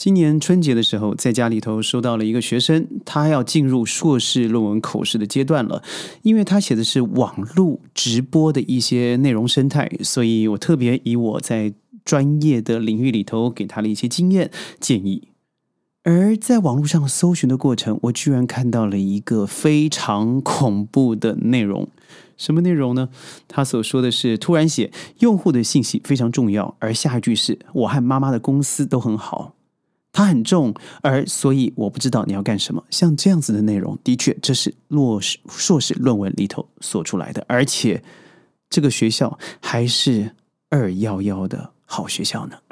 今年春节的时候，在家里头收到了一个学生，他要进入硕士论文口试的阶段了。因为他写的是网络直播的一些内容生态，所以我特别以我在专业的领域里头给他的一些经验建议。而在网络上搜寻的过程，我居然看到了一个非常恐怖的内容。什么内容呢？他所说的是突然写用户的信息非常重要，而下一句是我和妈妈的公司都很好。它很重，而所以我不知道你要干什么。像这样子的内容，的确这是硕士论文里头所出来的，而且这个学校还是211的好学校呢。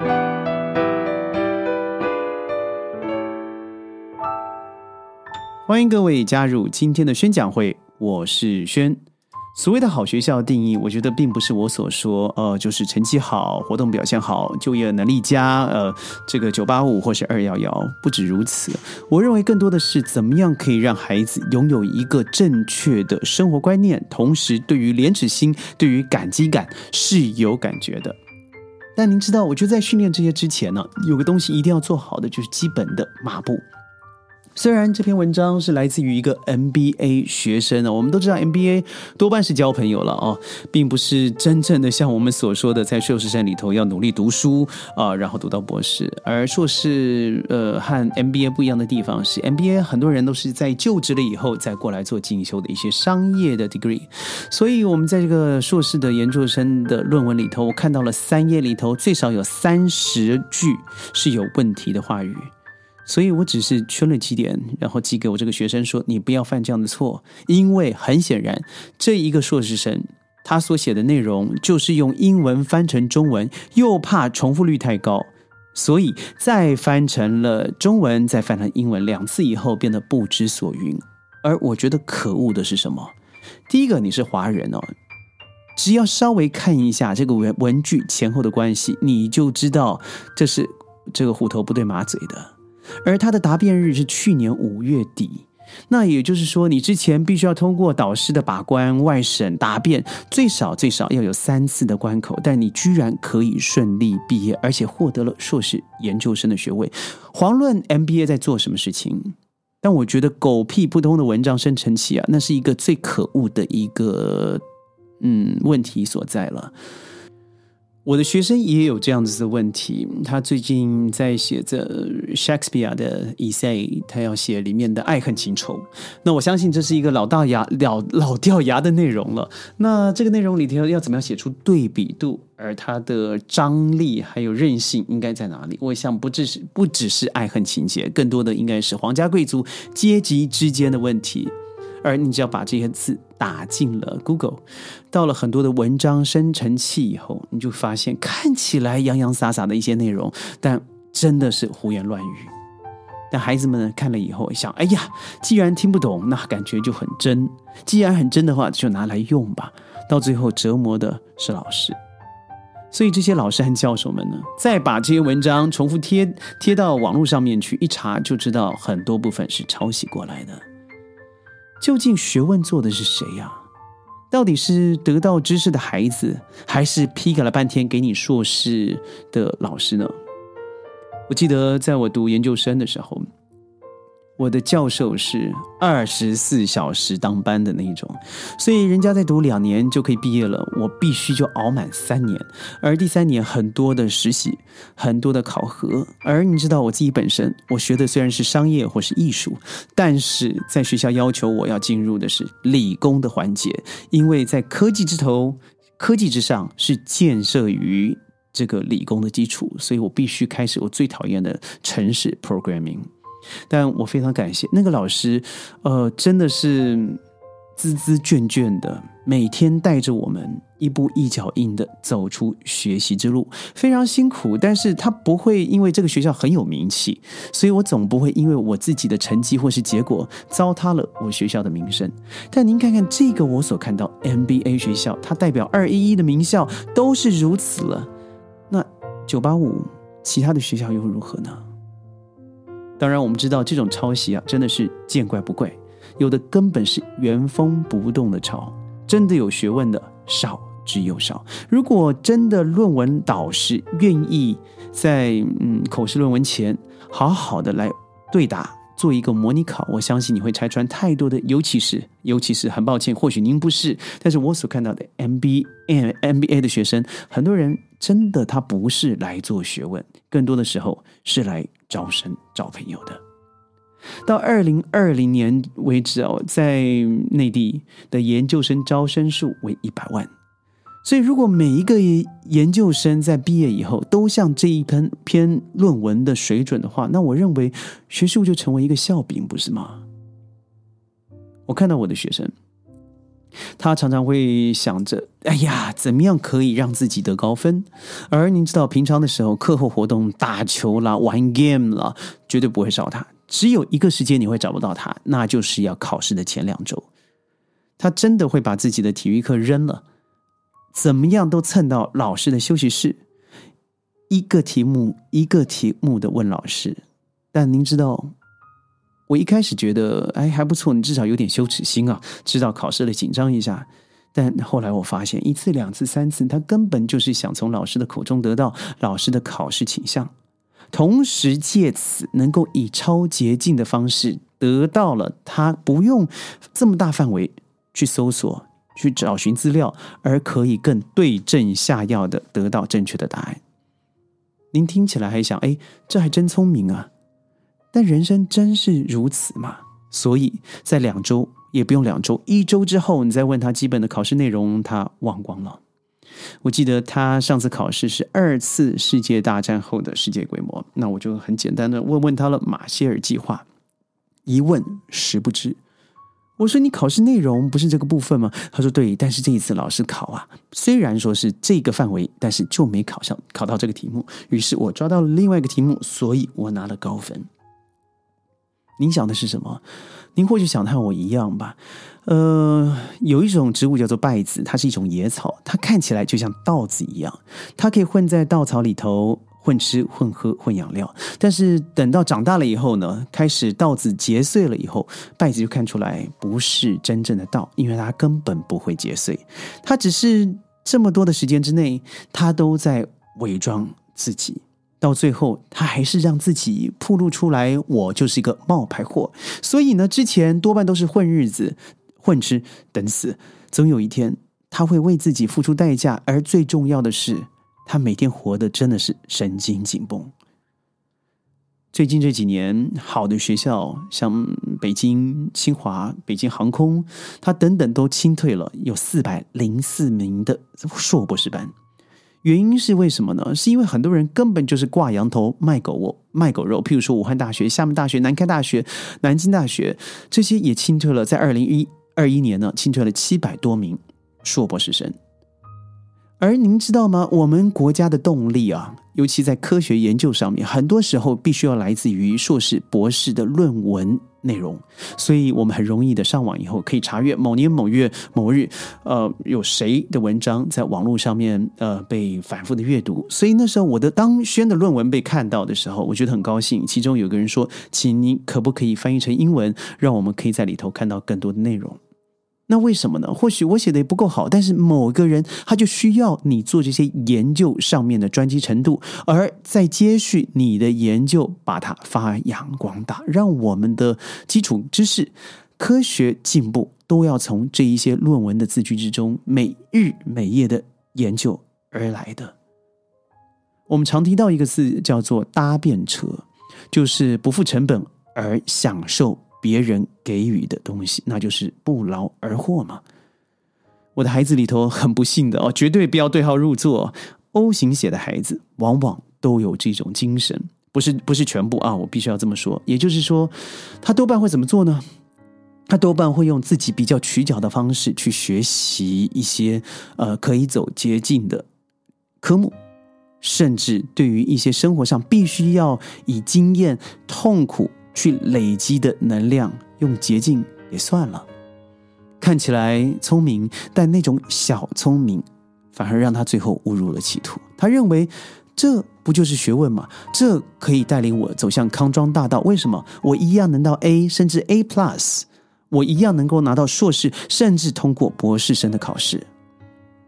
欢迎各位加入今天的宣讲会，我是轩。所谓的好学校定义，我觉得并不是我所说，就是成绩好、活动表现好、就业能力佳，这个985或是211，不止如此。我认为更多的是怎么样可以让孩子拥有一个正确的生活观念，同时对于廉耻心、对于感激感是有感觉的。但您知道，我觉得在训练这些之前呢，有个东西一定要做好的，就是基本的马步。虽然这篇文章是来自于一个 MBA 学生，我们都知道 MBA 多半是交朋友了，并不是真正的像我们所说的在硕士生里头要努力读书，然后读到博士。而硕士和 MBA 不一样的地方是 MBA 很多人都是在就职了以后再过来做进修的一些商业的 degree。 所以我们在这个硕士的研究生的论文里头，我看到了3页里头最少有30句是有问题的话语。所以我只是圈了几点，然后寄给我这个学生说，你不要犯这样的错。因为很显然这一个硕士生他所写的内容就是用英文翻成中文，又怕重复率太高，所以再翻成了中文，再翻成英文2次以后变得不知所云。而我觉得可恶的是什么？第一个，你是华人只要稍微看一下这个文句前后的关系，你就知道这是这个虎头不对马嘴的。而他的答辩日是去年5月底，那也就是说你之前必须要通过导师的把关、外审、答辩，最少要有3次的关口，但你居然可以顺利毕业，而且获得了硕士研究生的学位。遑论 MBA 在做什么事情，但我觉得狗屁不通的文章生成器那是一个最可恶的一个问题所在了。我的学生也有这样子的问题，他最近在写着 Shakespeare 的 essay， 他要写里面的爱恨情仇。那我相信这是一个老掉牙的内容了。那这个内容里头要怎么样写出对比度，而它的张力还有韧性应该在哪里？我想不只是爱恨情节，更多的应该是皇家贵族阶级之间的问题。而你只要把这些字打进了 Google， 到了很多的文章生成器以后，你就发现看起来洋洋洒洒的一些内容，但真的是胡言乱语。但孩子们呢看了以后想，哎呀，既然听不懂，那感觉就很真，既然很真的话，就拿来用吧。到最后折磨的是老师。所以这些老师和教授们呢，再把这些文章重复贴到网络上面去，一查就知道很多部分是抄袭过来的。究竟学问做的是谁呀？到底是得到知识的孩子，还是批改了半天给你硕士的老师呢？我记得在我读研究生的时候，我的教授是24小时当班的那一种，所以人家在读2年就可以毕业了，我必须就熬满3年，而第3年很多的实习，很多的考核。而你知道我自己本身，我学的虽然是商业或是艺术，但是在学校要求我要进入的是理工的环节，因为在科技之头、科技之上是建设于这个理工的基础，所以我必须开始我最讨厌的程式 programming。但我非常感谢那个老师，真的是孜孜眷眷的，每天带着我们一步一脚印的走出学习之路，非常辛苦。但是他不会因为这个学校很有名气，所以我总不会因为我自己的成绩或是结果糟蹋了我学校的名声。但您看看这个我所看到 MBA 学校，它代表211的名校都是如此了，那985其他的学校又如何呢？当然我们知道这种抄袭真的是见怪不怪，有的根本是原封不动的抄，真的有学问的少之又少。如果真的论文导师愿意在口试论文前好好的来对答，做一个模拟考，我相信你会拆穿太多的，尤其是很抱歉，或许您不是，但是我所看到的 MBA 的学生，很多人真的他不是来做学问，更多的时候是来招生找朋友的。到2020年为止在内地的研究生招生数为100万，所以如果每一个研究生在毕业以后都像这一篇论文的水准的话，那我认为学术就成为一个笑柄，不是吗？我看到我的学生，他常常会想着，哎呀，怎么样可以让自己得高分？而您知道，平常的时候，课后活动、打球啦、玩 game 啦，绝对不会少他。只有一个时间你会找不到他，那就是要考试的前2周。他真的会把自己的体育课扔了，怎么样都蹭到老师的休息室，一个题目一个题目的问老师。但您知道，我一开始觉得还不错，你至少有点羞耻心啊，知道考试了紧张一下。但后来我发现1次2次3次，他根本就是想从老师的口中得到老师的考试倾向，同时借此能够以超捷径的方式得到了他不用这么大范围去搜索去找寻资料，而可以更对症下药的得到正确的答案。您听起来还想，这还真聪明啊，但人生真是如此吗？所以在2周，也不用2周，1周之后你再问他基本的考试内容，他忘光了。我记得他上次考试是2次世界大战后的世界规模，那我就很简单的问他了马歇尔计划，一问10不知。我说你考试内容不是这个部分吗？他说对，但是这一次老师考啊，虽然说是这个范围，但是就没考到这个题目，于是我抓到了另外一个题目，所以我拿了高分。您想的是什么？您或许想和我一样吧。有一种植物叫做稗子，它是一种野草，它看起来就像稻子一样，它可以混在稻草里头混吃混喝混养料，但是等到长大了以后呢，开始稻子结穗了以后，稗子就看出来不是真正的稻，因为它根本不会结穗，它只是这么多的时间之内，它都在伪装自己，到最后他还是让自己暴露出来，我就是一个冒牌货。所以呢，之前多半都是混日子混吃等死，总有一天他会为自己付出代价，而最重要的是他每天活得真的是神经紧绷。最近这几年好的学校像北京清华、北京航空，它等等都清退了有404名的硕博士班。原因是为什么呢？是因为很多人根本就是挂羊头卖狗肉，譬如说武汉大学、厦门大学、南开大学、南京大学，这些也清退了，在2021年呢，清退了700多名硕博士生。而您知道吗？我们国家的动力啊，尤其在科学研究上面，很多时候必须要来自于硕士、博士的论文内容，所以我们很容易的上网以后可以查阅某年某月某日，有谁的文章在网络上面被反复的阅读。所以那时候我的当轩的论文被看到的时候，我觉得很高兴。其中有个人说，请你可不可以翻译成英文，让我们可以在里头看到更多的内容。那为什么呢？或许我写的也不够好，但是某个人他就需要你做这些研究上面的专精程度，而再接续你的研究，把它发扬光大，让我们的基础知识、科学进步都要从这一些论文的字句之中，每日每夜的研究而来的。我们常提到一个字叫做搭便车，就是不付成本而享受别人给予的东西，那就是不劳而获嘛。我的孩子里头很不幸的绝对不要对号入座。O 型血的孩子往往都有这种精神，不是全部啊，我必须要这么说。也就是说，他多半会怎么做呢？他多半会用自己比较取巧的方式去学习一些可以走捷径的科目，甚至对于一些生活上必须要以经验、痛苦去累积的能量，用捷径也算了。看起来聪明，但那种小聪明反而让他最后误入了歧途。他认为这不就是学问吗？这可以带领我走向康庄大道。为什么？我一样能到 A 甚至 A+， 我一样能够拿到硕士，甚至通过博士生的考试。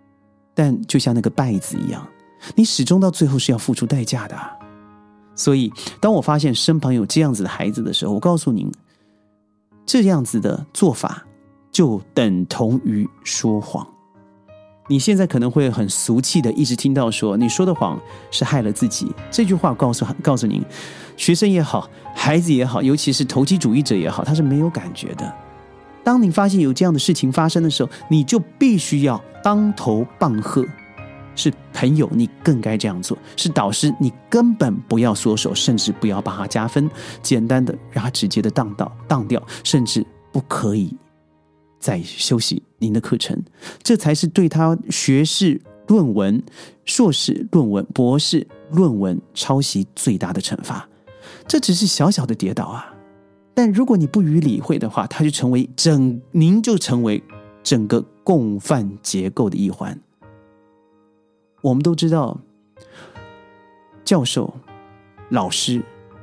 但就像那个稗子一样，你始终到最后是要付出代价的啊。所以当我发现身旁有这样子的孩子的时候，我告诉您，这样子的做法就等同于说谎。你现在可能会很俗气的一直听到说你说的谎是害了自己，这句话告诉您，学生也好，孩子也好，尤其是投机主义者也好，他是没有感觉的。当你发现有这样的事情发生的时候，你就必须要当头棒喝。是朋友你更该这样做，是导师你根本不要缩手，甚至不要把它加分，简单的让它直接的当掉，甚至不可以再休息您的课程。这才是对他学士论文、硕士论文、博士论文抄袭最大的惩罚。这只是小小的跌倒啊，但如果你不予理会的话，它就您就成为整个共犯结构的一环。我们都知道，教授、老师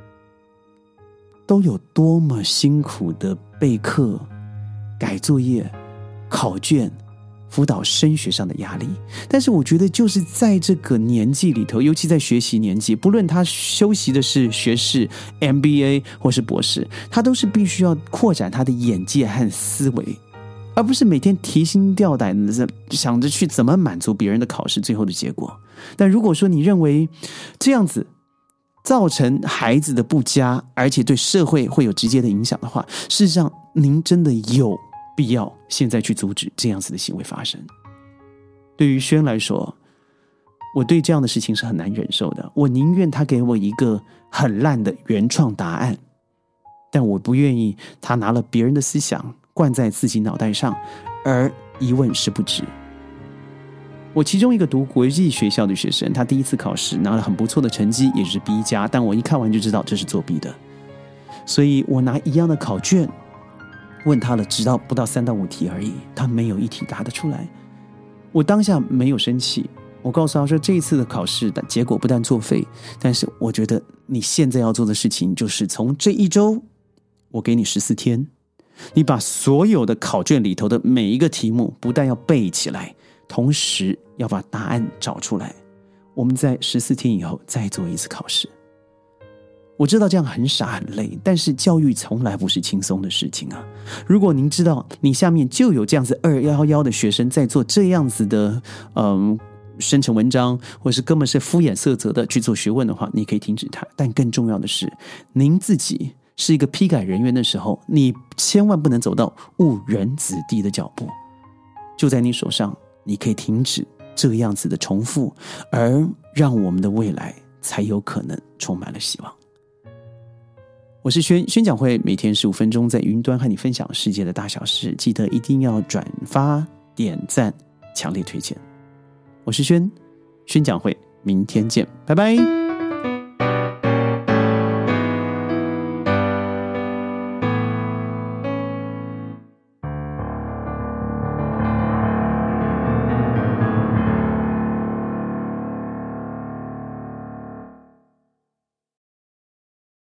都有多么辛苦的备课、改作业、考卷、辅导升学上的压力。但是我觉得就是在这个年纪里头，尤其在学习年纪，不论他修习的是学士、MBA 或是博士，他都是必须要扩展他的眼界和思维，而不是每天提心吊胆的想着去怎么满足别人的考试最后的结果。但如果说你认为这样子造成孩子的不佳，而且对社会会有直接的影响的话，事实上您真的有必要现在去阻止这样子的行为发生。对于轩来说，我对这样的事情是很难忍受的，我宁愿他给我一个很烂的原创答案，但我不愿意他拿了别人的思想灌在自己脑袋上，而一问是不知。我其中一个读国际学校的学生，他第一次考试拿了很不错的成绩，也是 B 加，但我一看完就知道这是作弊的。所以我拿一样的考卷问他了，不到3到5题而已，他没有一题答得出来。我当下没有生气，我告诉他说，这一次的考试的结果不但作废，但是我觉得你现在要做的事情就是从这一周，我给你14天，你把所有的考卷里头的每一个题目不但要背起来，同时要把答案找出来，我们在14天以后再做一次考试。我知道这样很傻很累，但是教育从来不是轻松的事情啊。如果您知道你下面就有这样子211的学生在做这样子的生成文章，或是根本是敷衍塞责的去做学问的话，你可以停止它。但更重要的是，您自己是一个批改人员的时候，你千万不能走到误人子弟的脚步。就在你手上，你可以停止这样子的重复，而让我们的未来才有可能充满了希望。我是宣讲会，每天15分钟在云端和你分享世界的大小事，记得一定要转发、点赞、强烈推荐。我是宣讲会，明天见，拜拜。